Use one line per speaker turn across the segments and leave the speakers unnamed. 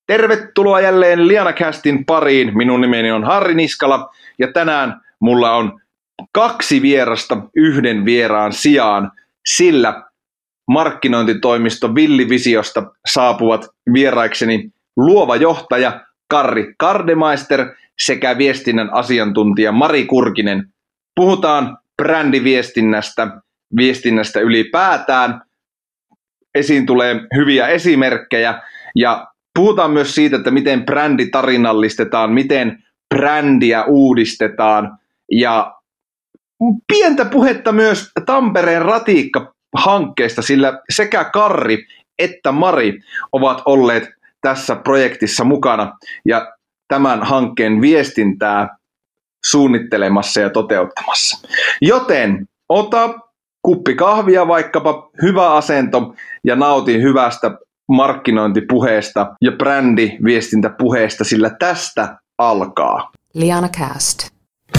Tervetuloa jälleen LianaCastin pariin. Minun nimeni on Harri Niskala ja tänään mulla on 2 vierasta yhden vieraan sijaan, sillä markkinointitoimisto Villivisiosta saapuvat vieraikseni luova johtaja Karri Gardemeister sekä viestinnän asiantuntija Mari Kurkinen. Puhutaan brändiviestinnästä ylipäätään. Esiin tulee hyviä esimerkkejä ja puhutaan myös siitä, että miten brändi tarinallistetaan, miten brändiä uudistetaan ja pientä puhetta myös Tampereen Ratikka-hankkeesta, sillä sekä Karri että Mari ovat olleet tässä projektissa mukana ja tämän hankkeen viestintää suunnittelemassa ja toteuttamassa. Joten ota kuppi kahvia vaikkapa, hyvä asento ja nauti hyvästä markkinointipuheesta ja brändiviestintäpuheesta, sillä tästä alkaa
LianaCast.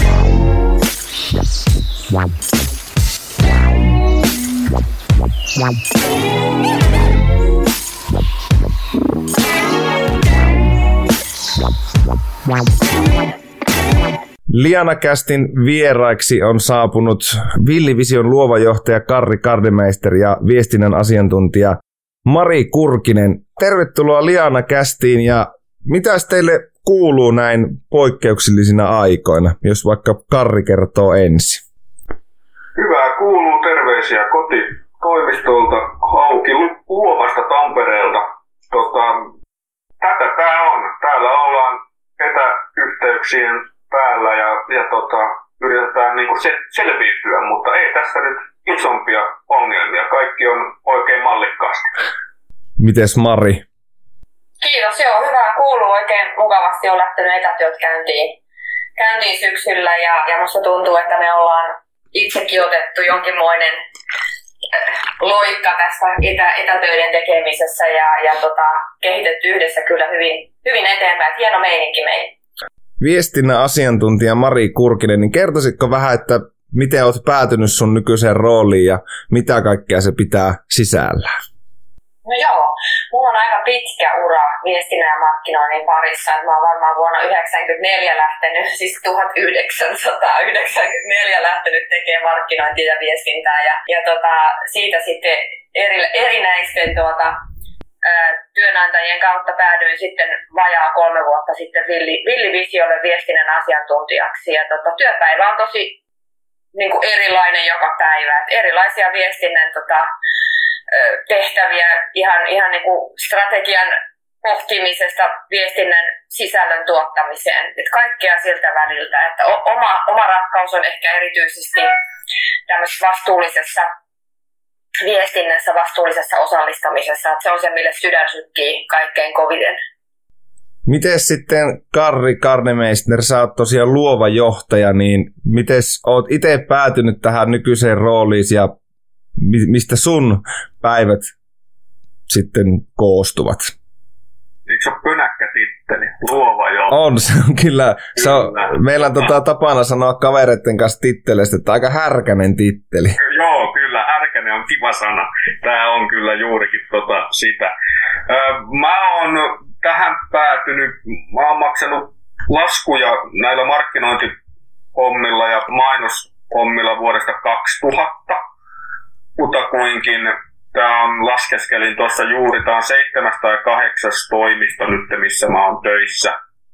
LianaCastin vieraiksi on saapunut Villivision luova johtaja Karri Gardemeister ja viestinnän asiantuntija Mari Kurkinen. Tervetuloa LianaCastiin ja mitäs teille kuuluu näin poikkeuksellisina aikoina, jos vaikka Karri kertoo ensin?
Hyvää kuuluu, terveisiä kotitoimistolta Hauki Luomasta Tampereelta. Tätä tää on. Täällä ollaan etäyhteyksien päällä ja yritetään niinku selviytyä, mutta ei tässä nyt isompia ongelmia. Kaikki on oikein mallikkaasti.
Mites Mari?
Kiitos, joo, hyvää kuuluu. Oikein mukavasti on lähtenyt etätyöt käyntiin syksyllä ja musta tuntuu, että me ollaan itsekin otettu jonkinmoinen loikka tässä etätöiden tekemisessä ja kehitetty yhdessä kyllä hyvin eteenpäin. Hieno meininki meillä.
Viestinnän asiantuntija Mari Kurkinen, niin kertoisitko vähän, että miten olet päätynyt sun nykyiseen rooliin ja mitä kaikkea se pitää sisällään?
No joo, mulla on aika pitkä ura viestinnän ja markkinoinnin parissa. Mä oon varmaan vuonna 1994 lähtenyt, siis 1994 lähtenyt tekemään markkinointia ja viestintää. Ja siitä sitten erinäisten työnantajien kautta päädyin sitten vajaa 3 vuotta sitten Villivisiolle viestinnän asiantuntijaksi. Ja työpäivä on tosi niin kuin erilainen joka päivä. Et erilaisia viestinnän tehtäviä ihan niin kuin strategian pohtimisesta viestinnän sisällön tuottamiseen. Et kaikkea siltä väliltä. Että oma rakkaus on ehkä erityisesti tämmöisessä vastuullisessa viestinnässä, vastuullisessa osallistamisessa. Että se on se, mille sydän sykkii kaikkein koviten.
Miten sitten Karri Gardemeister, sä oot tosiaan luova johtaja, niin miten oot itse päätynyt tähän nykyiseen rooliin ja mistä sun päivät sitten koostuvat?
Eikö se ole pönäkkä titteli? Luova johtaja.
On, se on kyllä. Meillä on tapana sanoa kavereiden kanssa titteleistä, että aika härkänen titteli.
Joo, kyllä, härkänen on kiva sana. Tää on kyllä juurikin sitä. Mä oon tähän päätynyt, mä oon maksanut laskuja näillä markkinointihommilla ja mainoshommilla vuodesta 2000. Kutakuinkin laskeskelin tuossa juuri, tämä on 7. tai 8. toimisto nyt, missä mä oon töissä.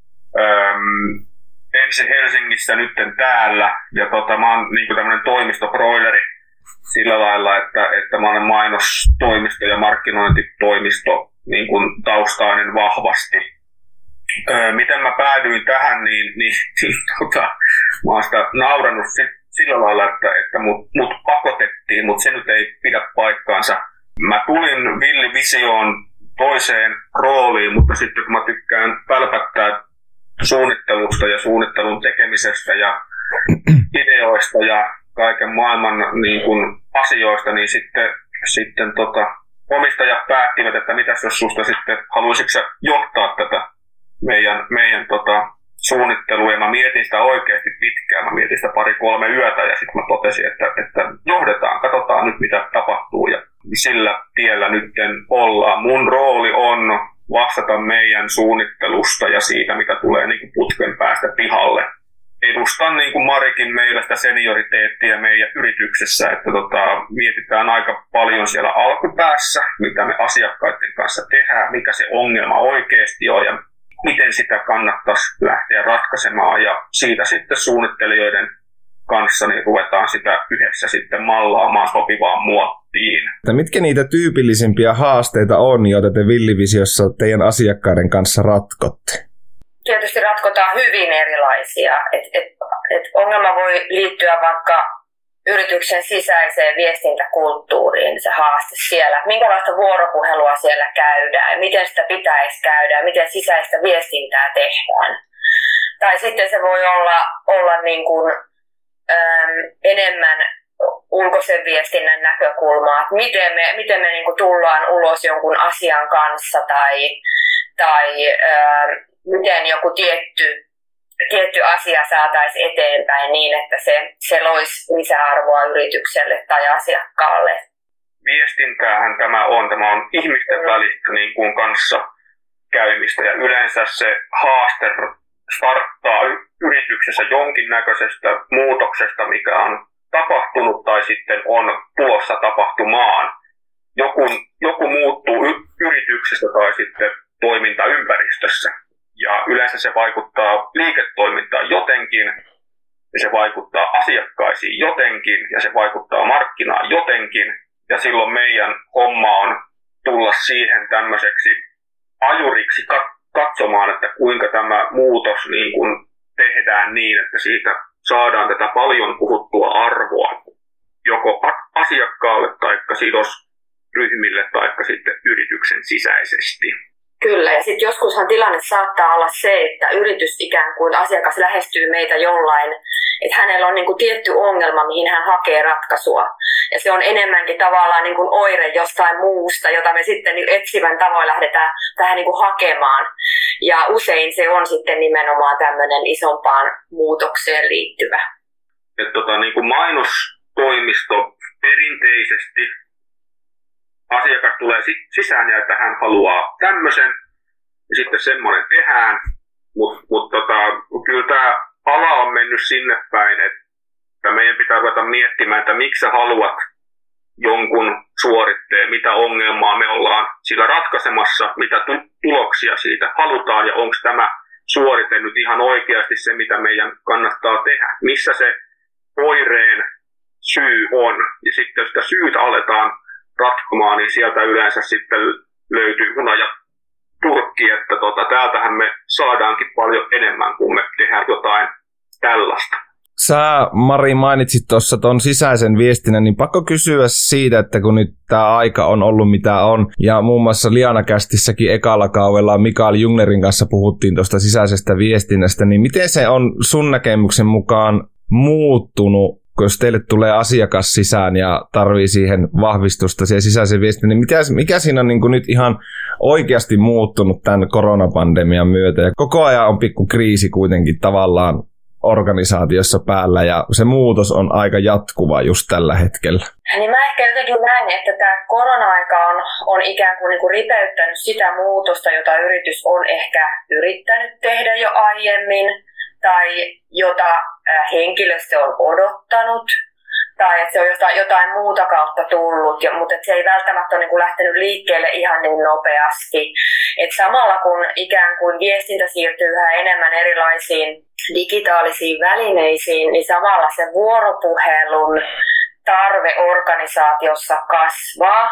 Ensin Helsingissä, nytten täällä, ja mä oon niinku tämmönen toimistobroileri sillä lailla, että mä olen mainostoimisto ja markkinointitoimisto niin kuin taustainen vahvasti. Miten mä päädyin tähän, niin mä oon sitä naurannut sillä lailla, että mut pakotettiin, mutta se nyt ei pidä paikkaansa. Mä tulin Villivisioon toiseen rooliin, mutta sitten kun mä tykkään pälpättää suunnittelusta ja suunnittelun tekemisestä ja ideoista ja kaiken maailman niin kun asioista, niin sitten omistajat päättivät, että mitäs jos susta sitten haluaisitko sä johtaa tätä meidän suunnittelua, ja mä mietin sitä oikeasti pitkään. Mä mietin sitä 2-3 yötä ja sitten mä totesin, että johdetaan, katsotaan nyt mitä tapahtuu ja sillä tiellä nyt ollaan. Mun rooli on vastata meidän suunnittelusta ja siitä, mitä tulee niin kuin putken päästä pihalle. Edustan niin kuin Marikin meillä sitä senioriteettia meidän yrityksessä, että mietitään aika paljon siellä alkupäässä, mitä me asiakkaiden kanssa tehdään, mikä se ongelma oikeasti on ja miten sitä kannattaisi lähteä ratkaisemaan. Ja siitä sitten suunnittelijoiden kanssa niin ruvetaan sitä yhdessä sitten mallaamaan sopivaan muottiin.
Mitkä niitä tyypillisimpiä haasteita on, joita te Villivisiossa teidän asiakkaiden kanssa ratkotte?
Tietysti ratkotaan hyvin erilaisia. Et ongelma voi liittyä vaikka yrityksen sisäiseen viestintäkulttuuriin, se haaste siellä. Minkälaista vuoropuhelua siellä käydään ja miten sitä pitäisi käydä ja miten sisäistä viestintää tehdään. Tai sitten se voi olla niin kuin, enemmän ulkoisen viestinnän näkökulmaa, että miten me niin kuin tullaan ulos jonkun asian kanssa tai miten joku tietty asia saataisiin eteenpäin niin, että se loisi lisäarvoa yritykselle tai asiakkaalle.
Viestintäähän tämä on ihmisten välistä niin kuin kanssa käymistä ja yleensä se haaste starttaa yrityksessä jonkinnäköisestä muutoksesta, mikä on tapahtunut tai sitten on tulossa tapahtumaan. Joku muuttuu yrityksestä tai sitten toimintaympäristössä. Ja yleensä se vaikuttaa liiketoimintaan jotenkin, ja se vaikuttaa asiakkaisiin jotenkin, ja se vaikuttaa markkinaan jotenkin. Ja silloin meidän homma on tulla siihen tämmöiseksi ajuriksi katsomaan, että kuinka tämä muutos niin kuin tehdään niin, että siitä saadaan tätä paljon puhuttua arvoa joko asiakkaalle tai sidosryhmille tai sitten yrityksen sisäisesti.
Kyllä, ja sitten joskushan tilanne saattaa olla se, että yritys ikään kuin asiakas lähestyy meitä jollain, että hänellä on niin kuin tietty ongelma, mihin hän hakee ratkaisua. Ja se on enemmänkin tavallaan niin kuin oire jostain muusta, jota me sitten etsivän tavoin lähdetään tähän niin kuin hakemaan. Ja usein se on sitten nimenomaan tämmöinen isompaan muutokseen liittyvä.
Niin kuin mainostoimisto perinteisesti asiakas tulee sisään ja että hän haluaa tämmöisen ja sitten semmoinen tehdään, mutta kyllä tämä ala on mennyt sinne päin, että meidän pitää ruveta miettimään, että miksi sä haluat jonkun suoritteen, mitä ongelmaa me ollaan sillä ratkaisemassa, mitä tuloksia siitä halutaan ja onko tämä suorite nyt ihan oikeasti se, mitä meidän kannattaa tehdä, missä se oireen syy on ja sitten jos sitä syytä aletaan ratkomaan, niin sieltä yleensä sitten löytyy huna ja turkki, että täältähän me saadaankin paljon enemmän, kun me tehdään jotain tällaista.
Sä, Mari, mainitsit tuossa ton sisäisen viestinnän, niin pakko kysyä siitä, että kun nyt tämä aika on ollut mitä on, ja muun muassa Liana-kästissäkin ekalla kaudella Mikael Jungnerin kanssa puhuttiin tuosta sisäisestä viestinnästä, niin miten se on sun näkemyksen mukaan muuttunut, jos teille tulee asiakas sisään ja tarvii siihen vahvistusta siihen sisäisen viestinnän, niin mikä siinä on niin kuin nyt ihan oikeasti muuttunut tämän koronapandemian myötä? Ja koko ajan on pikku kriisi kuitenkin tavallaan organisaatiossa päällä ja se muutos on aika jatkuva just tällä hetkellä.
Niin mä ehkä jotenkin näen, että tämä korona-aika on ikään kuin niinku ripeyttänyt sitä muutosta, jota yritys on ehkä yrittänyt tehdä jo aiemmin tai jota henkilöstö on odottanut tai että se on jotain muuta kautta tullut, mutta se ei välttämättä ole niin kuin lähtenyt liikkeelle ihan niin nopeasti. Et samalla kun ikään kuin viestintä siirtyy yhä enemmän erilaisiin digitaalisiin välineisiin, niin samalla se vuoropuhelun tarve organisaatiossa kasvaa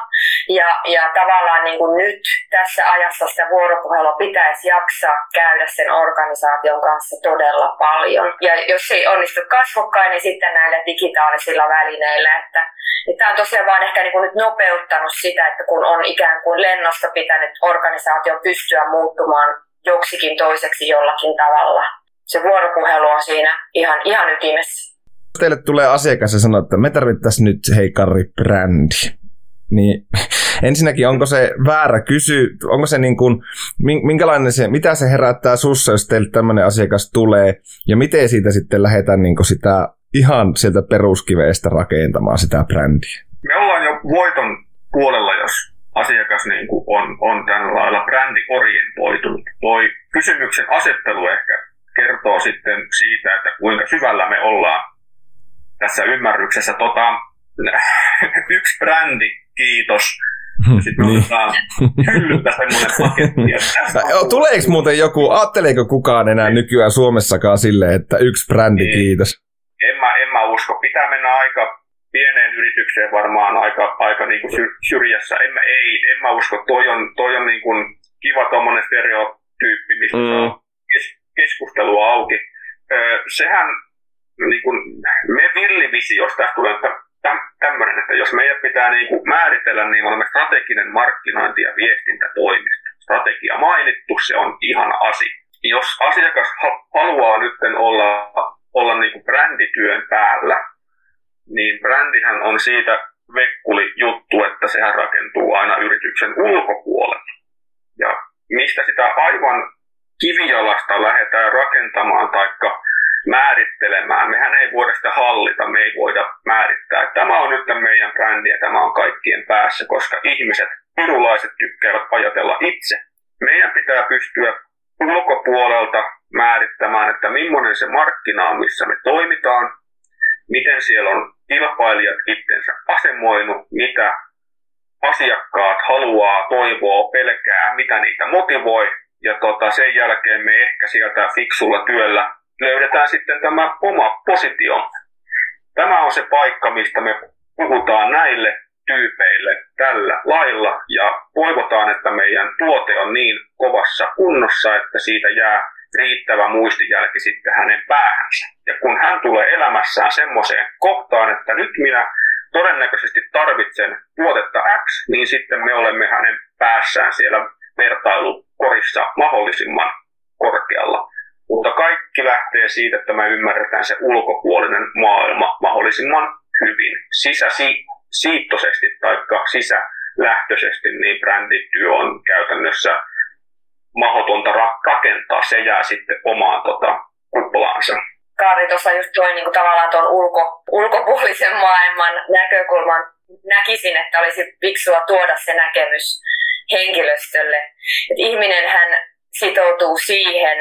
ja tavallaan niin kuin nyt tässä ajassa sitä vuoropuhelua pitäisi jaksaa käydä sen organisaation kanssa todella paljon. Ja jos ei onnistu kasvokkain, niin sitten näillä digitaalisilla välineillä. Että tämä on tosiaan vaan ehkä niin kuin nyt nopeuttanut sitä, että kun on ikään kuin lennosta pitänyt organisaation pystyä muuttumaan joksikin toiseksi jollakin tavalla. Se vuoropuhelu on siinä ihan ytimessä.
Teille tulee asiakas ja sanoo, että me tarvittaisiin nyt, hei Karri, brändi. Niin ensinnäkin, onko se väärä onko se niin kuin, minkälainen se, mitä se herättää sussa, jos teille tämmöinen asiakas tulee, ja miten siitä sitten lähdetään niin kuin sitä ihan sieltä peruskiveestä rakentamaan sitä brändiä?
Me ollaan jo voiton puolella, jos asiakas niin kuin on tällä lailla brändiorientoitunut. Toi kysymyksen asettelu ehkä kertoo sitten siitä, että kuinka syvällä me ollaan tässä ymmärryksessä. Yksi brändi, kiitos. Sitten me otetaan hyllyltä semmoinen paketti.
Tuleeko muuten ajatteleeko kukaan enää nykyään Suomessakaan silleen, että yksi brändi, kiitos?
En mä usko. Pitää mennä aika pieneen yritykseen varmaan aika niin kuin syrjässä. En mä usko. Toi on niin kuin kiva tommonen stereotyyppi, mistä saa keskustelua auki. Sehän niin kuin me villivisio, jos tästä tulee tämmöinen, että jos meidän pitää niin kuin määritellä, niin olemme strateginen markkinointi- ja viestintätoimisto. Strategia mainittu, se on ihana asia. Jos asiakas haluaa nyt olla niin kuin brändityön päällä, niin brändihän on siitä vekkuli juttu, että sehän rakentuu aina yrityksen ulkopuolella. Ja mistä sitä aivan kivijalasta lähdetään rakentamaan taikka määrittelemään. Mehän ei voida sitä hallita, me ei voida määrittää. Tämä on nyt meidän brändi ja tämä on kaikkien päässä, koska ihmiset, pirulaiset tykkäävät ajatella itse. Meidän pitää pystyä ulkopuolelta määrittämään, että millainen se markkina on, missä me toimitaan, miten siellä on kilpailijat itsensä asemoinut, mitä asiakkaat haluaa, toivoo, pelkää, mitä niitä motivoi. Ja sen jälkeen me ehkä sieltä fiksulla työllä löydetään sitten tämä oma positio. Tämä on se paikka, mistä me puhutaan näille tyypeille tällä lailla ja toivotaan, että meidän tuote on niin kovassa kunnossa, että siitä jää riittävä muistijälki sitten hänen päähänsä. Ja kun hän tulee elämässään semmoiseen kohtaan, että nyt minä todennäköisesti tarvitsen tuotetta X, niin sitten me olemme hänen päässään siellä vertailukorissa mahdollisimman korkealla. Mutta kaikki lähtee siitä, että me ymmärretään se ulkopuolinen maailma mahdollisimman hyvin. Sisäsiittoisesti tai sisälähtöisesti, niin brändityö on käytännössä mahdotonta rakentaa. Se jää sitten omaan kuplaansa.
Kari tuossa just toi niin kuin tavallaan tuon ulkopuolisen maailman näkökulman. Näkisin, että olisi fiksua tuoda se näkemys henkilöstölle. Et ihminenhän sitoutuu siihen,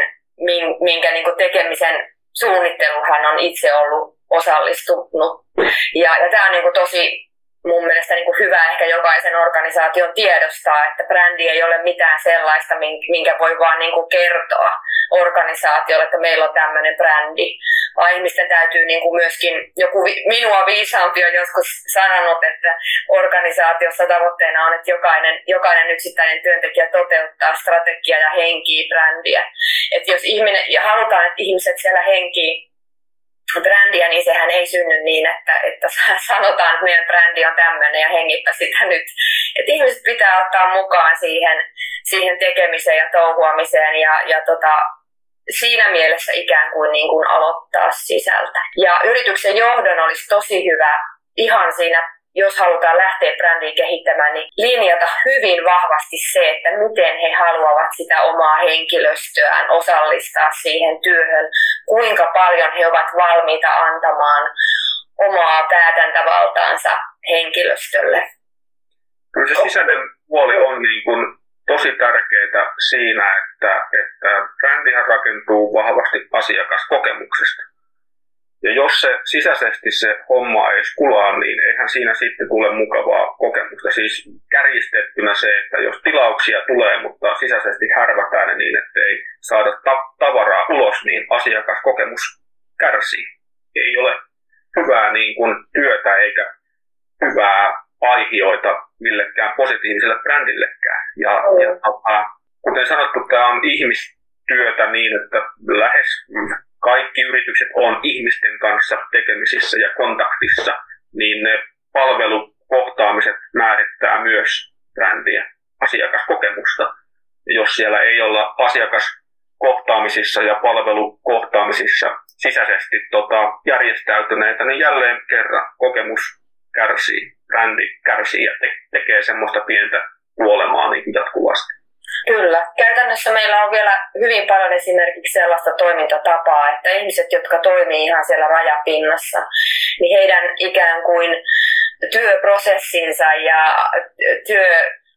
minkä niin kuin tekemisen suunnitteluhan on itse ollut osallistunut. Ja tämä on niin kuin tosi mun mielestä niin kuin hyvä ehkä jokaisen organisaation tiedostaa, että brändi ei ole mitään sellaista, minkä voi vaan niin kuin kertoa organisaatiolle, että meillä on tämmöinen brändi. Vaan ihmisten täytyy niin kuin myöskin, joku minua viisaampi on joskus sanonut, että organisaatiossa tavoitteena on, että jokainen yksittäinen työntekijä toteuttaa strategiaa ja henkii brändiä. Että jos halutaan, että ihmiset siellä henkii brändiä, niin sehän ei synny niin, että sanotaan, että meidän brändi on tämmöinen ja hengittä sitä nyt. Että ihmiset pitää ottaa mukaan siihen tekemiseen ja touhuamiseen ja siinä mielessä ikään kuin, aloittaa sisältä. Ja yrityksen johdon olisi tosi hyvä ihan siinä, jos halutaan lähteä brändiä kehittämään, niin linjata hyvin vahvasti se, että miten he haluavat sitä omaa henkilöstöään osallistaa siihen työhön, kuinka paljon he ovat valmiita antamaan omaa päätäntävaltaansa henkilöstölle.
Kyllä se sisäinen puoli on niin kuin tosi tärkeää siinä, että brändihän rakentuu vahvasti asiakaskokemuksesta. Ja jos se sisäisesti se homma ei kulaa, niin eihän siinä sitten tule mukavaa kokemusta. Siis kärjistettynä se, että jos tilauksia tulee, mutta sisäisesti härvätään ne niin, että ei saada tavaraa ulos, niin asiakaskokemus kärsii. Ei ole hyvää niin kuin työtä eikä hyvää aihioita millekään positiiviselle brändillekään. Ja kuten sanottu, tämä on ihmistyötä niin, että lähes kaikki yritykset on ihmisten kanssa tekemisissä ja kontaktissa, niin ne palvelukohtaamiset määrittää myös brändiä, asiakaskokemusta. Ja jos siellä ei olla asiakaskohtaamisissa ja palvelukohtaamisissa sisäisesti järjestäytyneitä, niin jälleen kerran kokemus kärsii, brändi kärsii ja tekee semmoista pientä kuolemaa niin jatkuvasti.
Kyllä. Käytännössä meillä on vielä hyvin paljon esimerkiksi sellaista toimintatapaa, että ihmiset, jotka toimii ihan siellä rajapinnassa, niin heidän ikään kuin työprosessinsa ja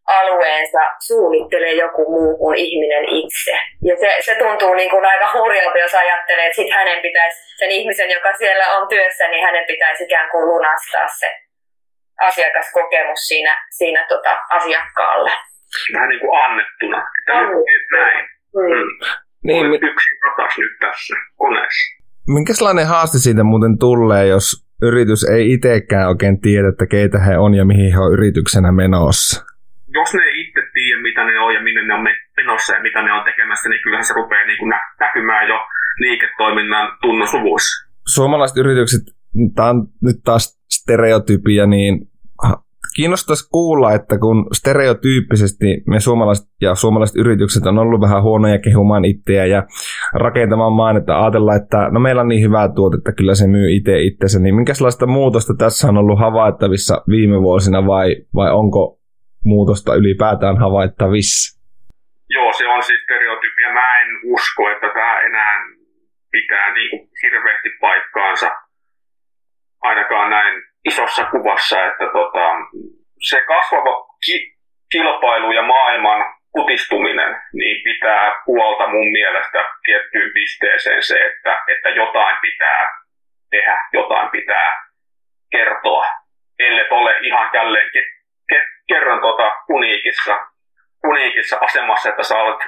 alueensa suunnittelee joku muu kuin ihminen itse. Ja se tuntuu niin kuin aika hurjalta, jos ajattelee, että sit hänen pitäisi, sen ihmisen, joka siellä on työssä, niin hänen pitäisi ikään kuin lunastaa se asiakaskokemus siinä asiakkaalle.
Vähän niin kuin annettuna. Näin.
Niin,
yksi ratas nyt tässä koneessa.
Minkälainen haaste siitä muuten tulee, jos yritys ei itsekään oikein tiedä, että keitä he on ja mihin he on yrityksenä menossa?
Jos ne ei itse tiedä, mitä ne on ja minne ne on menossa ja mitä ne on tekemässä, niin kyllähän se rupeaa niin kuin näkymään jo liiketoiminnan tunnusluvuissa.
Suomalaiset yritykset, tämä on nyt taas stereotypia, niin kiinnostaisi kuulla, että kun stereotyyppisesti me suomalaiset yritykset on ollut vähän huonoja kehumaan itseä ja rakentamaan mainetta, ajatellaan, että no meillä on niin hyvää tuotetta, kyllä se myy itse itsensä, niin minkälaista muutosta tässä on ollut havaittavissa viime vuosina vai onko muutosta ylipäätään havaittavissa?
Joo, se on siis stereotypia. Mä en usko, että tämä enää pitää niin kuin hirveästi paikkaansa, ainakaan näin isossa kuvassa, että se kasvava kilpailu ja maailman kutistuminen niin pitää puolta mun mielestä tiettyyn pisteeseen se, että jotain pitää tehdä, jotain pitää kertoa, ellei ole ihan jälleen kerran uniikissa asemassa, että sä olet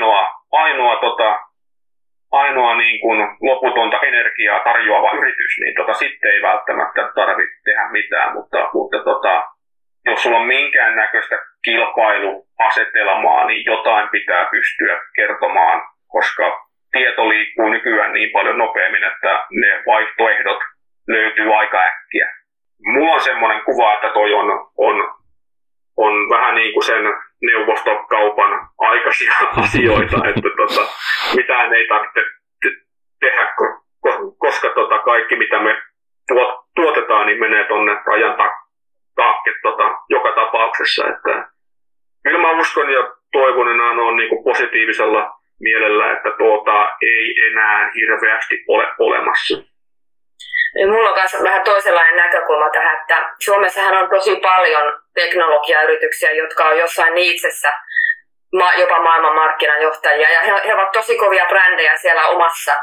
ainoa niin kuin loputonta energiaa tarjoava yritys, niin sitten ei välttämättä tarvitse tehdä mitään, mutta jos sulla on minkään näköistä kilpailuasetelmaa, niin jotain pitää pystyä kertomaan, koska tieto liikkuu nykyään niin paljon nopeammin, että ne vaihtoehdot löytyy aika äkkiä. Mulla on semmoinen kuva, että toi on vähän niin kuin sen neuvostokaupan aikaisia asioita, että mitään ei tarvitse tehdä, koska kaikki mitä me tuotetaan, niin menee tuonne rajan taakke joka tapauksessa. Että kyllä mä uskon ja toivon enää on niin kuin positiivisella mielellä, että ei enää hirveästi ole olemassa.
Mulla on myös vähän toisenlainen näkökulma tähän, että Suomessahan on tosi paljon teknologiayrityksiä, jotka on jossain niitsessä jopa maailman markkinanjohtajia. Ja he ovat tosi kovia brändejä siellä omassa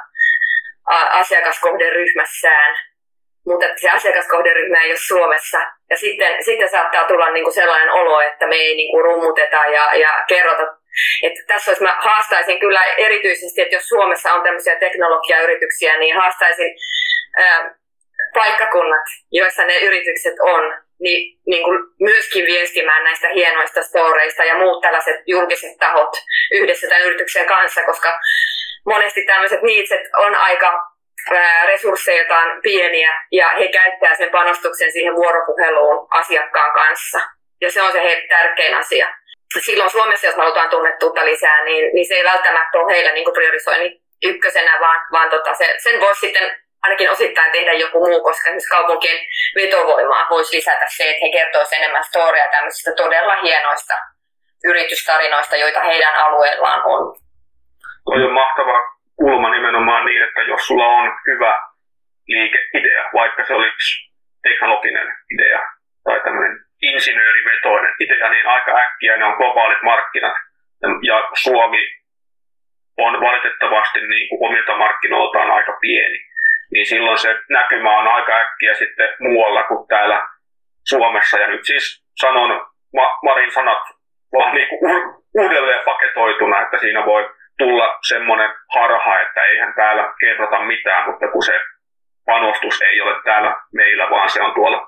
asiakaskohderyhmässään, mutta se asiakaskohderyhmä ei ole Suomessa. Ja sitten saattaa tulla niinku sellainen olo, että me ei niinku rummuteta ja kerrota. Että tässä mä haastaisin kyllä erityisesti, että jos Suomessa on tämmöisiä teknologiayrityksiä, niin haastaisin paikkakunnat, joissa ne yritykset on, niin kuin myöskin viestimään näistä hienoista storeista ja muut tällaiset julkiset tahot yhdessä tämän yrityksen kanssa, koska monesti tämmöiset niitset on aika resursseiltaan pieniä ja he käyttää sen panostuksen siihen vuoropuheluun asiakkaan kanssa. Ja se on se heille tärkein asia. Silloin Suomessa, jos me halutaan tunnettuutta lisää, niin se ei välttämättä ole heillä niin kuin priorisoinnin ykkösenä, vaan sen voisi sitten ainakin osittain tehdä joku muu, koska esimerkiksi kaupunkien vetovoimaa voisi lisätä se, että he kertoisivat enemmän storia tämmöisistä todella hienoista yritystarinoista, joita heidän alueellaan on.
Toi on mahtava kulma nimenomaan niin, että jos sulla on hyvä liikeidea, vaikka se olisi teknologinen idea tai tämmöinen insinöörivetoinen idea, niin aika äkkiä ne on globaalit markkinat. Ja Suomi on valitettavasti niin kuin omilta markkinoiltaan aika pieni. Niin silloin se näkymä on aika äkkiä sitten muualla kuin täällä Suomessa. Ja nyt siis sanon Marin sanat vaan niin kuin uudelleen paketoituna, että siinä voi tulla semmoinen harha, että eihän täällä kerrota mitään, mutta kun se panostus ei ole täällä meillä, vaan se on tuolla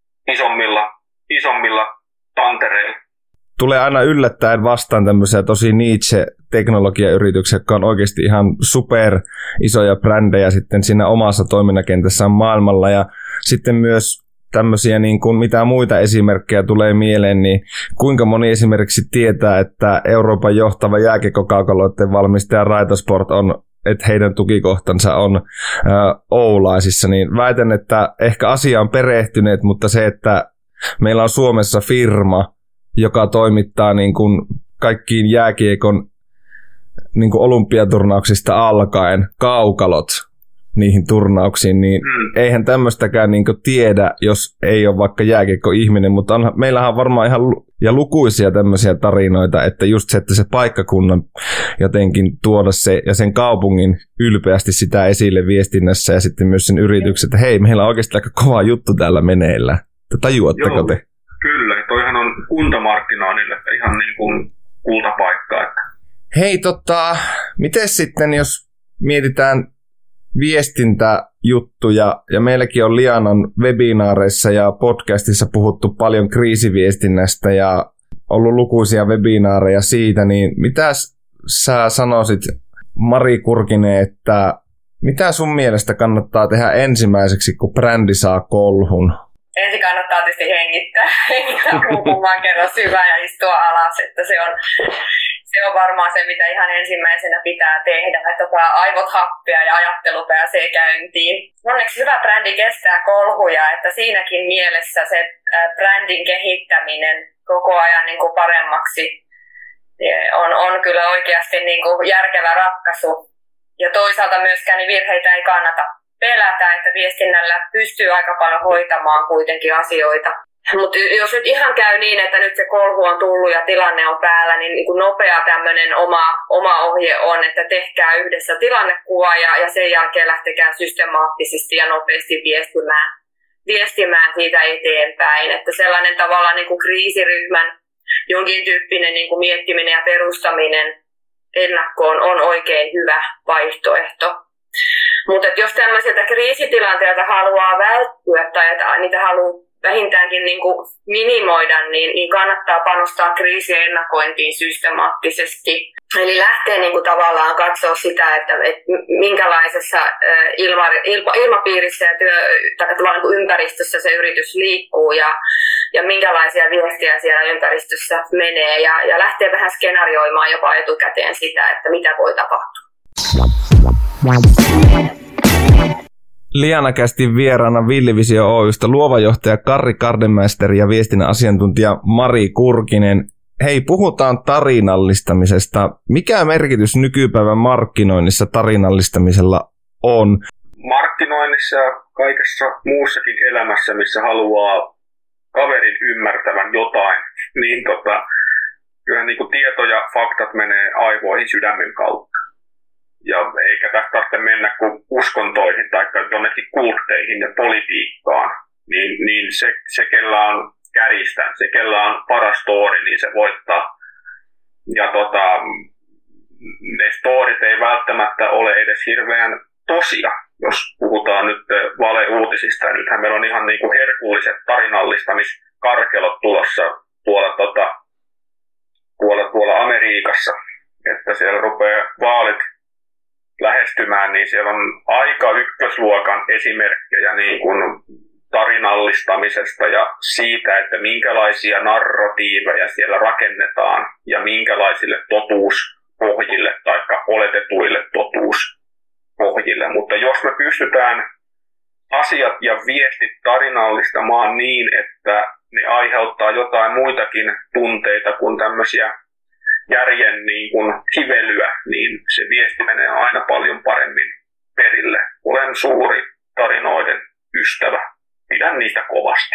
isommilla tantereilla.
Tulee aina yllättäen vastaan tämmöisiä tosi niche-teknologiayrityksiä, jotka on oikeasti ihan super isoja brändejä sitten siinä omassa toiminnakentässään maailmalla. Ja sitten myös tämmöisiä, niin kuin mitä muita esimerkkejä tulee mieleen, niin kuinka moni esimerkiksi tietää, että Euroopan johtava jääkiekkokaukaloiden valmistaja Raitasport on, että heidän tukikohtansa on Oulaisissa, niin väitän, että ehkä asia on perehtyneet, mutta se, että meillä on Suomessa firma, joka toimittaa niin kuin kaikkiin jääkiekon niin kuin olympiaturnauksista alkaen kaukalot, niihin turnauksiin, niin eihän tämmöistäkään niin kuin tiedä, jos ei ole vaikka jääkiekko-ihminen, mutta meillähän on varmaan ihan ja lukuisia tämmöisiä tarinoita, että just se, että se paikkakunnan jotenkin tuoda se ja sen kaupungin ylpeästi sitä esille viestinnässä ja sitten myös sen yrityksen, että hei, meillä on oikeasti aika kova juttu täällä meneillä. Tajuatteko te?
Kyllä, toihan on kuntamarkkinoinnille ihan niin kuin kultapaikka.
Hei, miten sitten, jos mietitään viestintäjuttuja, ja meilläkin on Lianan webinaareissa ja podcastissa puhuttu paljon kriisiviestinnästä ja ollut lukuisia webinaareja siitä, niin mitä sä sanoisit, Mari Kurkinen, että mitä sun mielestä kannattaa tehdä ensimmäiseksi, kun brändi saa kolhun?
Ensin kannattaa tietysti hengittää muutaman kerran syvään ja istua alas, että se on varmaan se, mitä ihan ensimmäisenä pitää tehdä, että aivot happea ja ajattelu pääsee käyntiin. Onneksi hyvä brändi kestää kolhuja, että siinäkin mielessä se brändin kehittäminen koko ajan niin kuin paremmaksi on kyllä oikeasti niin kuin järkevä ratkaisu. Ja toisaalta myöskään niin virheitä ei kannata pelätä, että viestinnällä pystyy aika paljon hoitamaan kuitenkin asioita. Mutta jos nyt ihan käy niin, että nyt se kolhu on tullut ja tilanne on päällä, niin kuin nopea tämmöinen oma ohje on, että tehkää yhdessä tilannekuva ja sen jälkeen lähtekää systemaattisesti ja nopeasti viestimään siitä eteenpäin. Että sellainen tavallaan niin kuin kriisiryhmän jonkin tyyppinen niin kuin miettiminen ja perustaminen ennakkoon on oikein hyvä vaihtoehto. Mutta jos tämmöiseltä kriisitilanteelta haluaa välttyä tai niitä haluaa vähintäänkin niin kuin minimoida, niin kannattaa panostaa kriisien ennakointiin systemaattisesti. Eli lähtee niin kuin tavallaan katsoa sitä, että minkälaisessa ilmapiirissä ja tavallaan niin ympäristössä se yritys liikkuu ja minkälaisia viestejä siellä ympäristössä menee ja lähtee vähän skenaarioimaan jopa etukäteen sitä, että mitä voi tapahtua.
Liana-kästin vieraana Villivisio Oy:stä luova johtaja Karri Gardemeister ja viestinnän asiantuntija Mari Kurkinen. Hei, puhutaan tarinallistamisesta. Mikä merkitys nykypäivän markkinoinnissa tarinallistamisella on?
Markkinoinnissa ja kaikessa muussakin elämässä, missä haluaa kaverin ymmärtävän jotain, niin kyllä niin kuin tieto ja faktat menee aivoihin sydämen kautta. Ja eikä tästä tarvitse mennä kuin uskontoihin tai jonnekin kultteihin ja politiikkaan, niin se kellä on kärjistään, se kellä on paras story, niin se voittaa. Ja ne storit ei välttämättä ole edes hirveän tosia, jos puhutaan nyt valeuutisista. Ja nythän meillä on ihan niin kuin herkulliset tarinallistamiskarkelot tulossa tuolla Amerikassa, että siellä rupeaa vaalit lähestymään, niin siellä on aika ykkösluokan esimerkkejä niin kuin tarinallistamisesta ja siitä, että minkälaisia narratiiveja siellä rakennetaan ja minkälaisille totuuspohjille tai oletetuille totuuspohjille. Mutta jos me pystytään asiat ja viestit tarinallistamaan niin, että ne aiheuttaa jotain muitakin tunteita kuin tämmöisiä järjen niin kuin hivelyä, niin se viesti menee aina paljon paremmin perille. Olen suuri tarinoiden ystävä. Pidän niistä kovasti.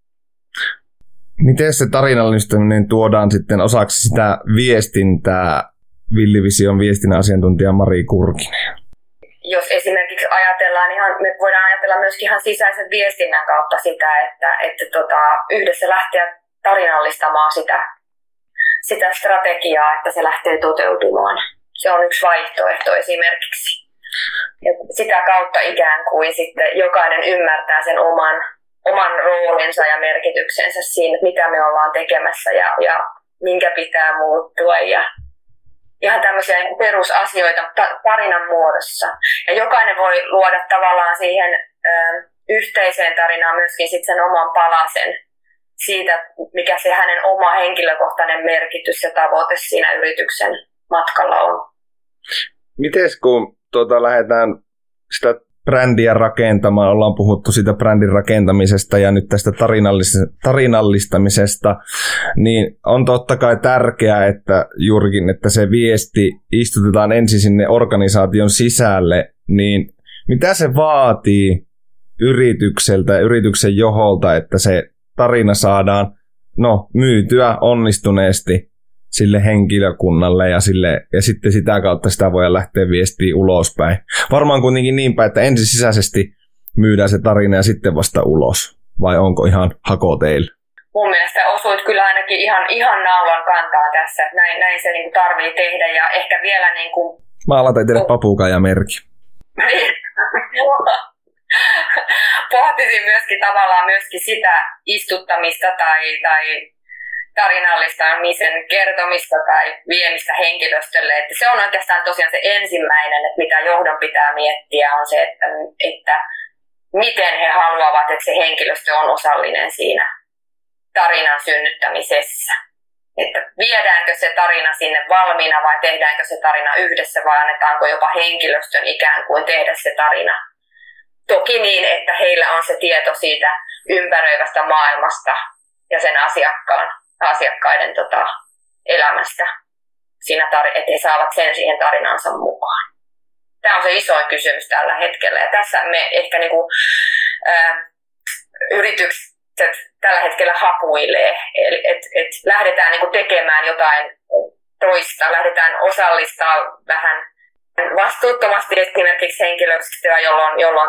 Miten se tarinallistaminen tuodaan sitten osaksi sitä viestintää, Villivision viestinnän asiantuntija Mari Kurkinen?
Jos esimerkiksi ajatellaan, me voidaan ajatella myöskin ihan sisäisen viestinnän kautta sitä, että yhdessä lähteä tarinallistamaan sitä strategiaa, että se lähtee toteutumaan. Se on yksi vaihtoehto esimerkiksi. Ja sitä kautta ikään kuin sitten jokainen ymmärtää sen oman roolinsa ja merkityksensä siinä, mitä me ollaan tekemässä ja minkä pitää muuttua. Ja ihan tämmöisiä perusasioita tarinan muodossa. Ja jokainen voi luoda tavallaan siihen yhteiseen tarinaan myöskin sit sen oman palasen siitä, mikä se hänen oma henkilökohtainen merkitys ja tavoite siinä yrityksen matkalla on.
Mites kun lähdetään sitä brändiä rakentamaan, ollaan puhuttu siitä brändin rakentamisesta ja nyt tästä tarinallistamisesta, niin on totta kai tärkeää, että juurikin, että se viesti istutetaan ensin sinne organisaation sisälle, niin Mitä se vaatii yritykseltä ja yrityksen joholta, että se tarina saadaan myytyä onnistuneesti sille henkilökunnalle ja sitten sitä kautta sitä voidaan lähteä viestiä ulospäin. Varmaan kuitenkin niin päin, että ensin sisäisesti myydään se tarina ja sitten vasta ulos. Vai onko ihan hako teille?
Mun mielestä osuit kyllä ainakin ihan naulan kantaa tässä, että näin se niinku tarvii tehdä ja ehkä vielä niinku...
Mä aloitan teille papukaijamerkki.
Pohtisin myöskin tavallaan sitä istuttamista tai tarinallistamisen kertomista tai viemistä henkilöstölle. Että se on oikeastaan tosiaan se ensimmäinen, että mitä johdon pitää miettiä, on se, että miten he haluavat, että se henkilöstö on osallinen siinä tarinan synnyttämisessä. Että viedäänkö se tarina sinne valmiina vai tehdäänkö se tarina yhdessä vai annetaanko jopa henkilöstön ikään kuin tehdä se tarina. Toki niin, että heillä on se tieto siitä ympäröivästä maailmasta ja sen asiakkaiden elämästä, että he saavat sen siihen tarinansa mukaan. Tämä on se isoin kysymys tällä hetkellä ja tässä me ehkä yritykset tällä hetkellä hapuilee, eli et lähdetään tekemään jotain toista, lähdetään osallistaa vähän vastuuttomasti esimerkiksi henkilöstöä, jolloin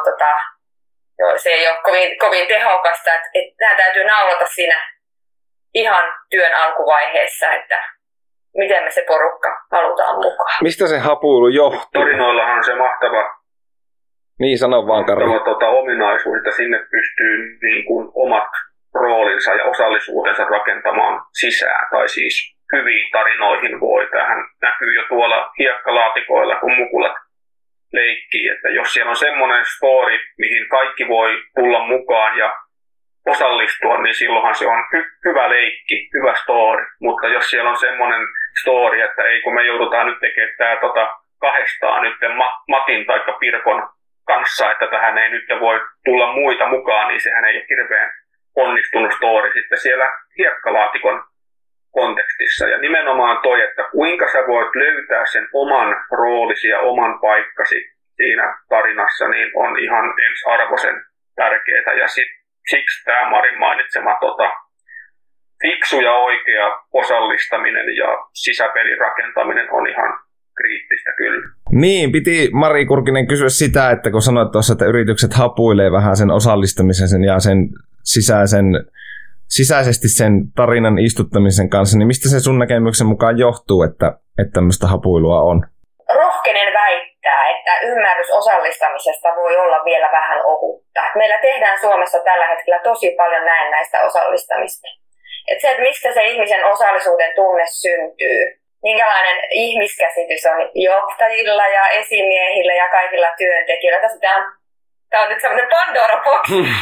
se ei ole kovin tehokasta, että nämä täytyy naulata siinä ihan työn alkuvaiheessa, että miten me se porukka halutaan mukaan.
Mistä se hapuilu johtuu?
Tarinoillahan on se mahtava
niin sano vaan, Karri.
Ominaisuus, että sinne pystyy niin kuin omat roolinsa ja osallisuutensa rakentamaan sisään. Tai siis hyviin tarinoihin voi. Tähän näkyy jo tuolla hiekkalaatikoilla, kun mukulat leikkii. Että jos siellä on semmoinen story, mihin kaikki voi tulla mukaan ja osallistua, niin silloinhan se on hyvä leikki, hyvä story. Mutta jos siellä on semmoinen story, että ei kun me joudutaan nyt tekemään tämä kahdestaan nyt Matin tai Pirkon kanssa, että tähän ei nyt voi tulla muita mukaan, niin sehän ei ole hirveän onnistunut story sitten siellä hiekkalaatikon kontekstissa. Ja nimenomaan toi, että kuinka sä voit löytää sen oman roolisi ja oman paikkasi siinä tarinassa, niin on ihan ensiarvoisen tärkeää. Ja siksi tämä Marin mainitsema fiksu ja oikea osallistaminen ja sisäpelin rakentaminen on ihan kriittistä kyllä.
Niin, piti Mari Kurkinen kysyä sitä, että kun sanoit tuossa, että yritykset hapuilee vähän sen osallistamisen ja sen sisäisesti sen tarinan istuttamisen kanssa, niin mistä se sun näkemyksen mukaan johtuu, että tämmöistä hapuilua on?
Rohkenen väittää, että ymmärrys osallistamisesta voi olla vielä vähän ohutta. Meillä tehdään Suomessa tällä hetkellä tosi paljon näennäistä osallistamista. Että mistä se ihmisen osallisuuden tunne syntyy, minkälainen ihmiskäsitys on johtajilla ja esimiehillä ja kaikilla työntekijöillä. Tämä on nyt semmoinen Pandora-box,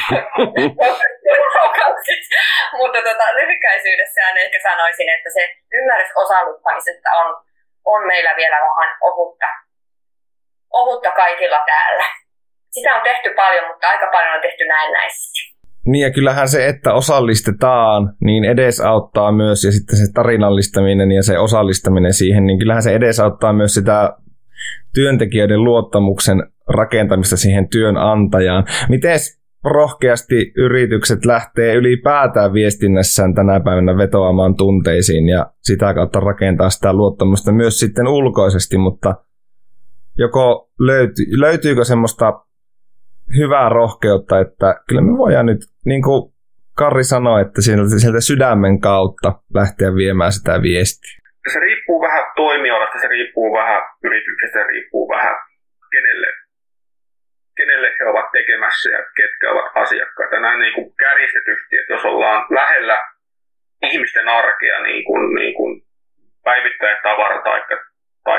mutta lyhykäisyydessään ehkä sanoisin, että se ymmärrys osallistamisesta on meillä vielä vähän ohutta kaikilla täällä. Sitä on tehty paljon, mutta aika paljon on tehty näennäisesti.
Niin ja kyllähän se, että osallistetaan, niin edesauttaa myös, ja sitten se tarinallistaminen ja se osallistaminen siihen, niin kyllähän se edesauttaa myös sitä työntekijöiden luottamuksen rakentamista siihen työnantajaan. Miten rohkeasti yritykset lähtee ylipäätään viestinnässään tänä päivänä vetoamaan tunteisiin ja sitä kautta rakentaa sitä luottamusta myös sitten ulkoisesti, mutta joko löytyykö semmoista hyvää rohkeutta, että kyllä me voidaan nyt, niin kuin Karri sanoi, että sieltä sydämen kautta lähteä viemään sitä viestiä?
Se riippuu vähän toimialasta, se riippuu vähän yrityksestä, se riippuu vähän kenelle he ovat tekemässä ja ketkä ovat asiakkaita. Näin niin kuin kärjistetysti, että jos ollaan lähellä ihmisten arkea niin kuin päivittäistavara tai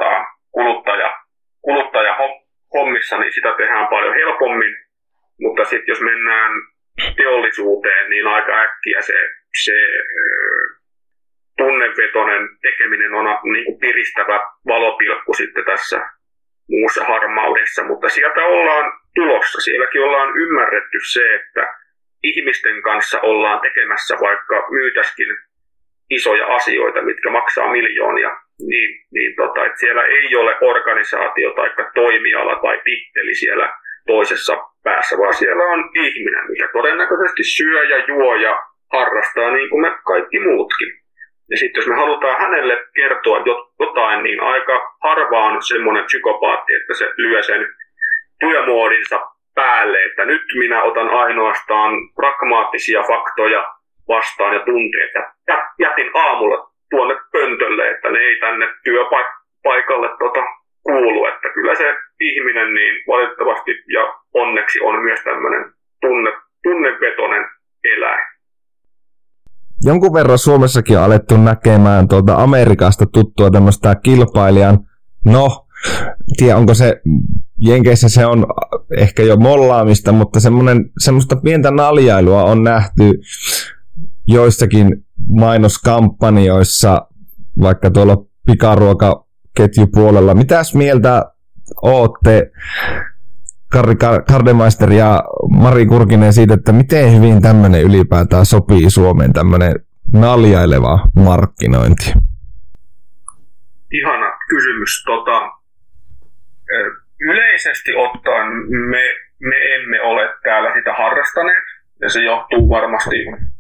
kuluttajahommissa, niin sitä tehdään paljon helpommin. Mutta sitten jos mennään teollisuuteen, niin aika äkkiä se tunnevetoinen tekeminen on niin kuin piristävä valopilkku sitten tässä muussa harmaudessa, mutta sieltä ollaan tulossa. Sielläkin ollaan ymmärretty se, että ihmisten kanssa ollaan tekemässä, vaikka myytäskin isoja asioita, mitkä maksaa miljoonia, että siellä ei ole organisaatio tai toimiala tai titteli siellä toisessa päässä, vaan siellä on ihminen, mikä todennäköisesti syö ja juo ja harrastaa niin kuin me kaikki muutkin. Ja sitten jos me halutaan hänelle kertoa jotain, niin aika harva on semmoinen psykopaatti, että se lyö sen työmoodinsa päälle, että nyt minä otan ainoastaan pragmaattisia faktoja vastaan ja tunteita. Jätin aamulla tuonne pöntölle, että ne ei tänne työpaikalle kuulu. Että kyllä se ihminen niin valitettavasti ja onneksi on myös tämmöinen tunnevetoinen eläin.
Jonkun verran Suomessakin on alettu näkemään Amerikasta tuttua tämmöistä kilpailijan, tiedä onko se, Jenkeissä se on ehkä jo mollaamista, mutta semmoista pientä naljailua on nähty joissakin mainoskampanjoissa, vaikka tuolla pikaruokaketjupuolella. Mitäs mieltä ootte, Karri Gardemeister ja Mari Kurkinen, siitä, että miten hyvin tämmöinen ylipäätään sopii Suomeen, tämmöinen naljaileva markkinointi?
Ihana kysymys. Yleisesti ottaen me emme ole täällä sitä harrastaneet, ja se johtuu varmasti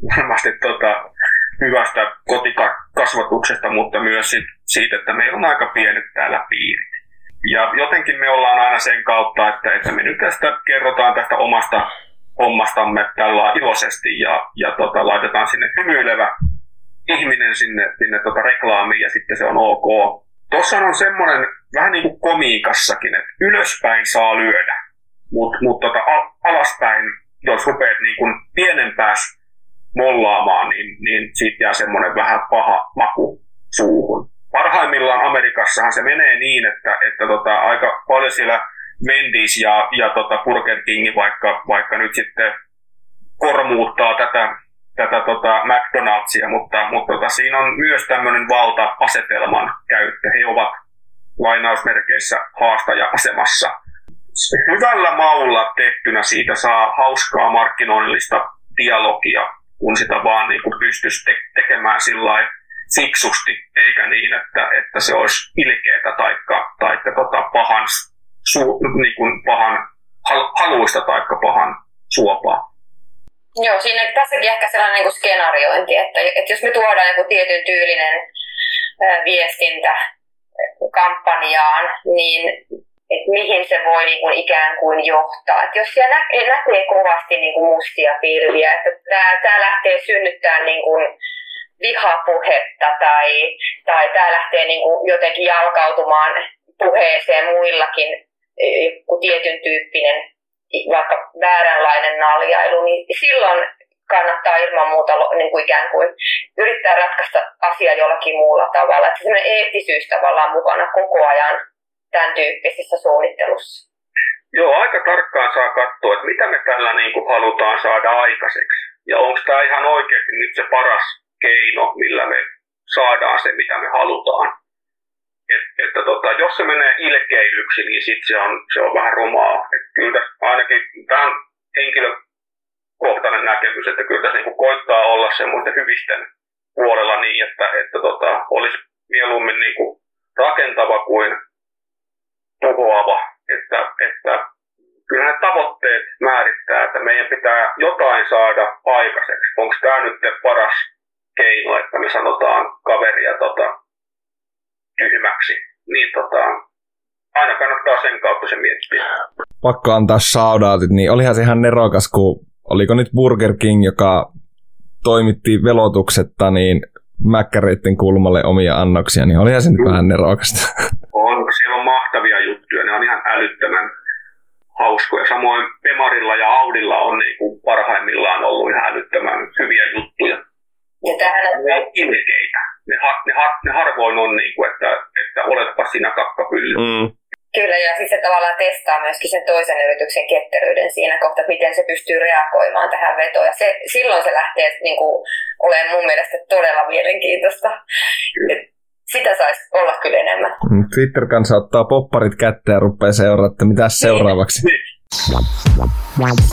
hyvästä kotikasvatuksesta, mutta myös siitä, että meillä on aika pienet täällä piirit. Ja jotenkin me ollaan aina sen kautta, että me nyt kerrotaan tästä omasta hommastamme tällä iloisesti ja laitetaan sinne hymyilevä ihminen sinne reklaamiin ja sitten se on ok. Tuossa on semmoinen vähän niin kuin komiikassakin, että ylöspäin saa lyödä, mutta alaspäin, jos rupeat niin kuin pienempääs mollaamaan, niin siitä jää semmoinen vähän paha maku suuhun. Parhaimmillaan Amerikassahan se menee niin, että aika paljon siellä Wendy's ja Burger King vaikka nyt sitten kormuuttaa tätä McDonald'sia, mutta siinä on myös tämmöinen valta-asetelman käyttö. He ovat lainausmerkeissä haastaja-asemassa. Hyvällä maulla tehtynä siitä saa hauskaa markkinoinnillista dialogia, kun sitä vaan niin kuin pystyisi tekemään sillai fiksusti, eikä niin, että se olisi ilkeätä taikka pahan haluista taikka pahan suopaa.
Joo, tässäkin ehkä sellainen niin kuin skenaariointi, että jos me tuodaan joku tietyn tyylinen viestintä kampanjaan, niin että mihin se voi niin kuin ikään kuin johtaa. Että jos siellä näkee kovasti niin kuin mustia pilviä, että tämä lähtee synnyttämään niin kuin vihapuhetta tai tämä lähtee niin kuin jotenkin jalkautumaan puheeseen muillakin, joku tietyn tyyppinen vaikka vääränlainen naljailu, niin silloin kannattaa ilman muuta niin kuin ikään kuin yrittää ratkaista asia jollakin muulla tavalla. Että sellainen eettisyys tavallaan mukana koko ajan tämän tyyppisessä suunnittelussa.
Joo, aika tarkkaan saa katsoa, että mitä me tällä niin kuin halutaan saada aikaiseksi. Ja onko tämä ihan oikeasti nyt se paras keino, millä me saadaan se, mitä me halutaan. Jos se menee ilkeilyksi, niin sitten se on vähän rumaa. Kyllä ainakin tämä on henkilökohtainen näkemys, että kyllä tässä niinku koittaa olla semmoisten hyvisten puolella niin, että olisi mieluummin niinku rakentava kuin tuhoava. Että kyllä ne tavoitteet määrittää, että meidän pitää jotain saada aikaiseksi. Onko tämä nyt paras keino, että me sanotaan kaveria tyhmäksi, niin aina kannattaa sen kautta se miettiä.
Pakko antaa shoutoutit, niin olihan se ihan nerokas, kun oliko nyt Burger King, joka toimitti velotuksetta niin mäkkäreiden kulmalle omia annoksia, niin olihan se nyt vähän nerokasta.
Siellä on mahtavia juttuja, ne on ihan älyttömän hauskoja. Samoin Pemarilla ja Audilla on niin kuin parhaimmillaan ollut ihan älyttömän hyviä juttuja. Ne on ilkeitä. Ne harvoin on, niin kuin, että oletpa siinä kakkapylly.
Kyllä, ja sitten se tavallaan testaa myöskin sen toisen yrityksen ketteryyden siinä kohtaa, että miten se pystyy reagoimaan tähän vetoon. Ja silloin se lähtee niin kuin, olemaan mun mielestä todella mielenkiintoista. Sitä saisi olla kyllä enemmän.
Twitter-kansa ottaa popparit kättä ja rupeaa seuraamaan, että mitäs seuraavaksi.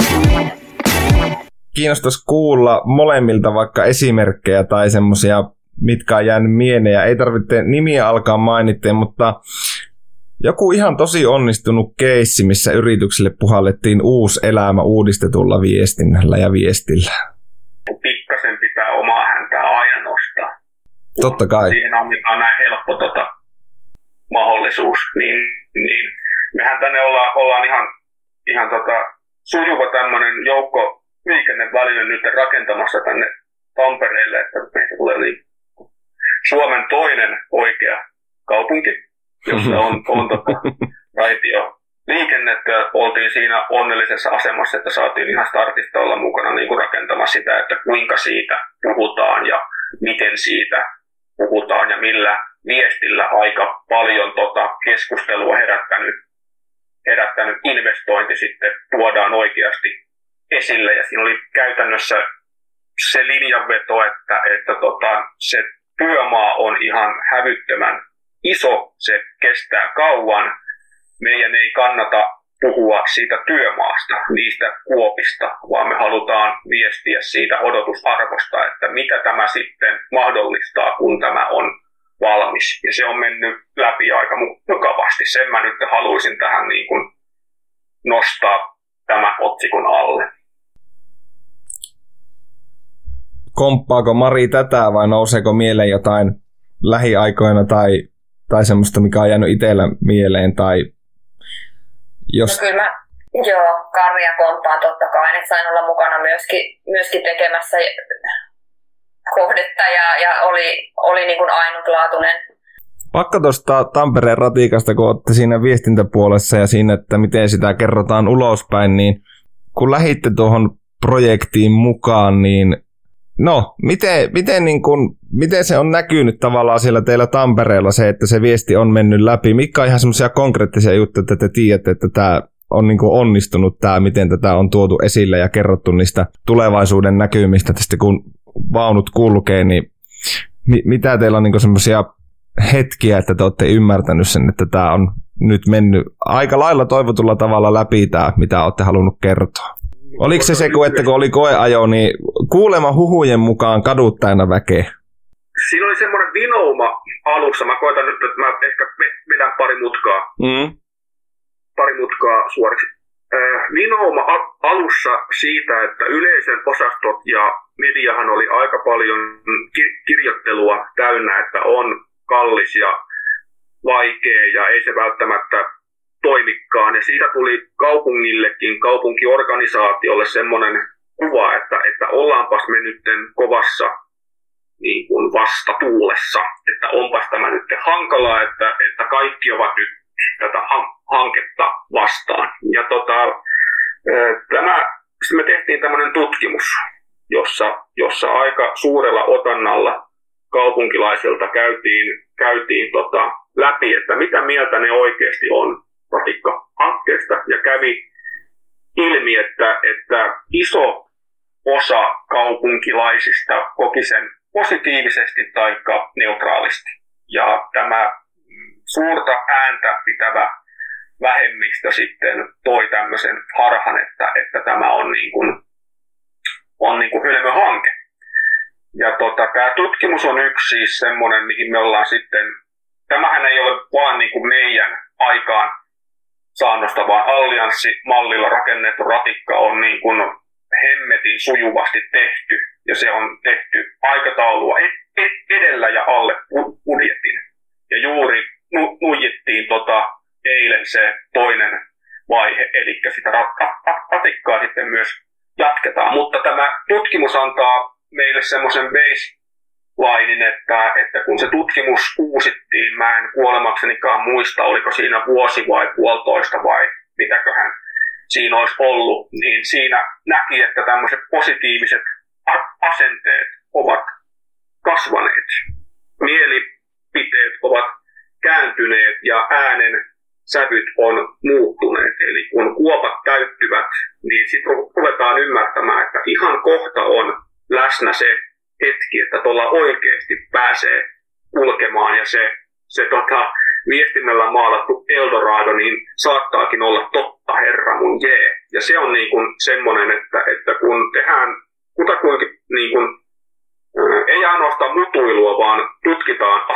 Kiinnostaisi kuulla molemmilta vaikka esimerkkejä tai semmoisia mitkä on jäänyt mieleen. Ja ei tarvitse nimiä alkaa mainitteen, mutta joku ihan tosi onnistunut keissi, missä yrityksille puhallettiin uusi elämä uudistetulla viestinnällä ja viestillä.
Pikkasen pitää omaa häntää aina nostaa.
Totta kai.
Siihen on näin helppo mahdollisuus. Niin, mehän tänne ollaan ihan sujuva tämmöinen joukko liikenneväline nyt rakentamassa tänne Tampereelle, että meistä tulee Suomen toinen oikea kaupunki, jossa on raitio liikennettä. Oltiin siinä onnellisessa asemassa, että saatiin ihan startista olla mukana niin kuin rakentamassa sitä, että kuinka siitä puhutaan ja miten siitä puhutaan ja millä viestillä aika paljon keskustelua herättänyt investointi sitten tuodaan oikeasti esille. Ja siinä oli käytännössä se linjanveto, että se työmaa on ihan hävyttömän iso, se kestää kauan. Meidän ei kannata puhua siitä työmaasta, niistä kuopista, vaan me halutaan viestiä siitä odotusarvosta, että mitä tämä sitten mahdollistaa, kun tämä on valmis. Ja se on mennyt läpi aika mukavasti. Sen mä nyt haluaisin tähän niin kuin nostaa tämän otsikon alle.
Komppaako Mari tätä vai nouseeko mieleen jotain lähiaikoina tai semmoista, mikä on jäänyt itsellä mieleen? Tai jos...
No kyllä Karria komppaan totta kai, että sain olla mukana myöskin tekemässä kohdetta ja oli niin kuin ainutlaatuinen.
Pakko tuosta Tampereen ratikasta, kun olette siinä viestintäpuolessa ja siinä, että miten sitä kerrotaan ulospäin, niin kun lähditte tuohon projektiin mukaan, niin no, miten se on näkynyt tavallaan siellä teillä Tampereella se, että se viesti on mennyt läpi? Mitkä on ihan semmoisia konkreettisia juttuja, että te tiedätte, että tämä on niin kuin onnistunut, miten tätä on tuotu esille ja kerrottu niistä tulevaisuuden näkymistä tästä, kun vaunut kulkee, niin mitä teillä on niin kuin semmoisia hetkiä, että te olette ymmärtänyt sen, että tämä on nyt mennyt aika lailla toivotulla tavalla läpi tämä, mitä olette halunnut kertoa? Oliko se kun oli koeajo, niin kuulemma huhujen mukaan kadut täynnä väkeä?
Siinä oli semmoinen vinouma alussa. Mä koitan nyt, että mä ehkä vedän pari mutkaa suoriksi. Vinouma alussa siitä, että yleisön osastot ja mediahan oli aika paljon kirjoittelua täynnä, että on kallis ja vaikea ja ei se välttämättä toimikaan. Ja siitä tuli kaupungillekin, kaupunkiorganisaatiolle semmoinen kuva, että ollaanpas me nyt kovassa niin kuin vastatuulessa, että onpas tämä nyt hankalaa, että kaikki ovat nyt tätä hanketta vastaan. Ja me tehtiin tämmöinen tutkimus, jossa aika suurella otannalla kaupunkilaisilta käytiin läpi, että mitä mieltä ne oikeasti on ratikkahankkeesta, ja kävi ilmi, että iso osa kaupunkilaisista koki sen positiivisesti tai neutraalisti. Ja tämä suurta ääntä pitävä vähemmistö sitten toi tämmöisen harhan, että tämä on niin kuin hölmöhanke. Ja tämä tutkimus on yksi siis semmoinen, mihin me ollaan sitten, tämähän ei ole vaan niin kuin meidän aikaan saannosta, vaan allianssimallilla rakennettu ratikka on niin kuin hemmetin sujuvasti tehty. Ja se on tehty aikataulua edellä ja alle budjetin. Ja juuri nuijittiin eilen se toinen vaihe, eli sitä ratikkaa sitten myös jatketaan. Mutta tämä tutkimus antaa meille semmoisen baselinen, että kun se tutkimus uusittiin, mä en kuolemaksenikaan muista, oliko siinä vuosi vai puolitoista vai mitäköhän siinä olisi ollut, niin siinä näki, että tämmöiset positiiviset asenteet ovat kasvaneet. Mielipiteet ovat kääntyneet ja äänen sävyt on muuttuneet. Eli kun kuopat täyttyvät, niin sitten ruvetaan ymmärtämään, että ihan kohta on läsnä se hetki, että tuolla oikeasti pääsee kulkemaan ja se viestinnällä maalattu Eldorado niin saattaakin olla totta, herra mun jee. Ja se on niin kuin semmoinen, että kun tehdään kutakuinkin niin kuin, ei ainoastaan mutuilua,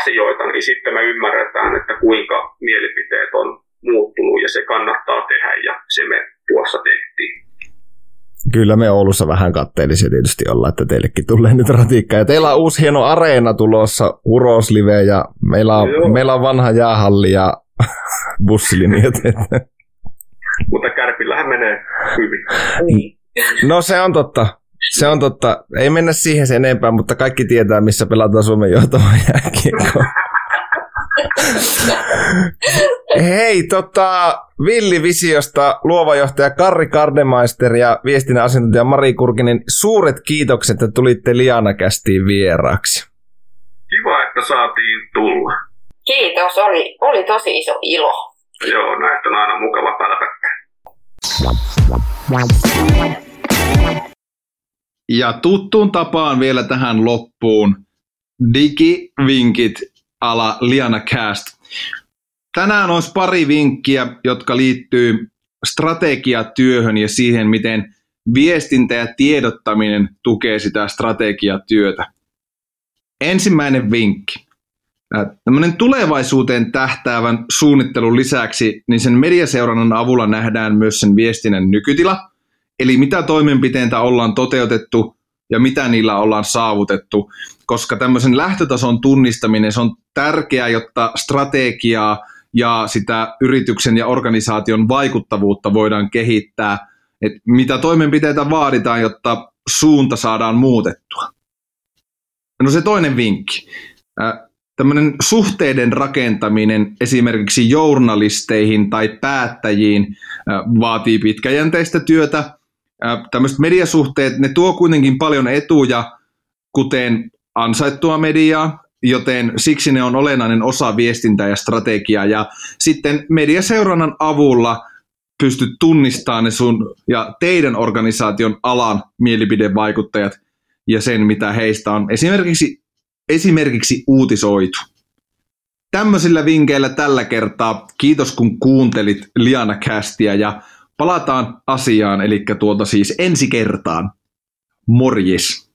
asioita, niin sitten me ymmärretään, että kuinka mielipiteet on muuttunut ja se kannattaa tehdä ja se me tuossa tehtiin.
Kyllä me Oulussa vähän katteellisia tietysti ollaan, että teillekin tulee nyt ratikkaa. Ja teillä on uusi hieno areena tulossa, Uroslive, ja meillä on vanha jäähalli ja bussilinjat.
Mutta Kärpillähän menee hyvin.
No se on totta. Se on totta. Ei mennä siihen sen enempää, mutta kaikki tietää, missä pelataan Suomen johtavaa jääkiekkoa. Hei, Villivisiosta luova johtaja Karri Gardemeister ja viestinnän asiantuntija Mari Kurkinen, suuret kiitokset, että tulitte Liana-kästiin vieraaksi.
Kiva, että saatiin tulla.
Kiitos, oli tosi iso ilo.
Joo, näistä on aina mukava pälpättää.
Ja tuttuun tapaan vielä tähän loppuun digivinkit ala LianaCast. Tänään olisi pari vinkkiä, jotka liittyy strategiatyöhön ja siihen, miten viestintä ja tiedottaminen tukee sitä strategiatyötä. Ensimmäinen vinkki. Tämmöinen tulevaisuuteen tähtäävän suunnittelun lisäksi, niin sen mediaseurannan avulla nähdään myös sen viestinnän nykytila, eli mitä toimenpiteitä ollaan toteutettu ja mitä niillä ollaan saavutettu, koska tämmöisen lähtötason tunnistaminen se on tärkeää, jotta strategiaa ja sitä yrityksen ja organisaation vaikuttavuutta voidaan kehittää, että mitä toimenpiteitä vaaditaan, jotta suunta saadaan muutettua. No se toinen vinkki. Tämmöinen suhteiden rakentaminen esimerkiksi journalisteihin tai päättäjiin vaatii pitkäjänteistä työtä. Tämmöiset mediasuhteet, ne tuo kuitenkin paljon etuja, kuten ansaittua mediaa, joten siksi ne on olennainen osa viestintää ja strategiaa. Ja sitten mediaseurannan avulla pystyt tunnistamaan ne sun ja teidän organisaation alan mielipidevaikuttajat ja sen, mitä heistä on esimerkiksi uutisoitu. Tämmöisillä vinkeillä tällä kertaa. Kiitos kun kuuntelit LianaCastia ja palataan asiaan, eli siis ensi kertaan. Morjes!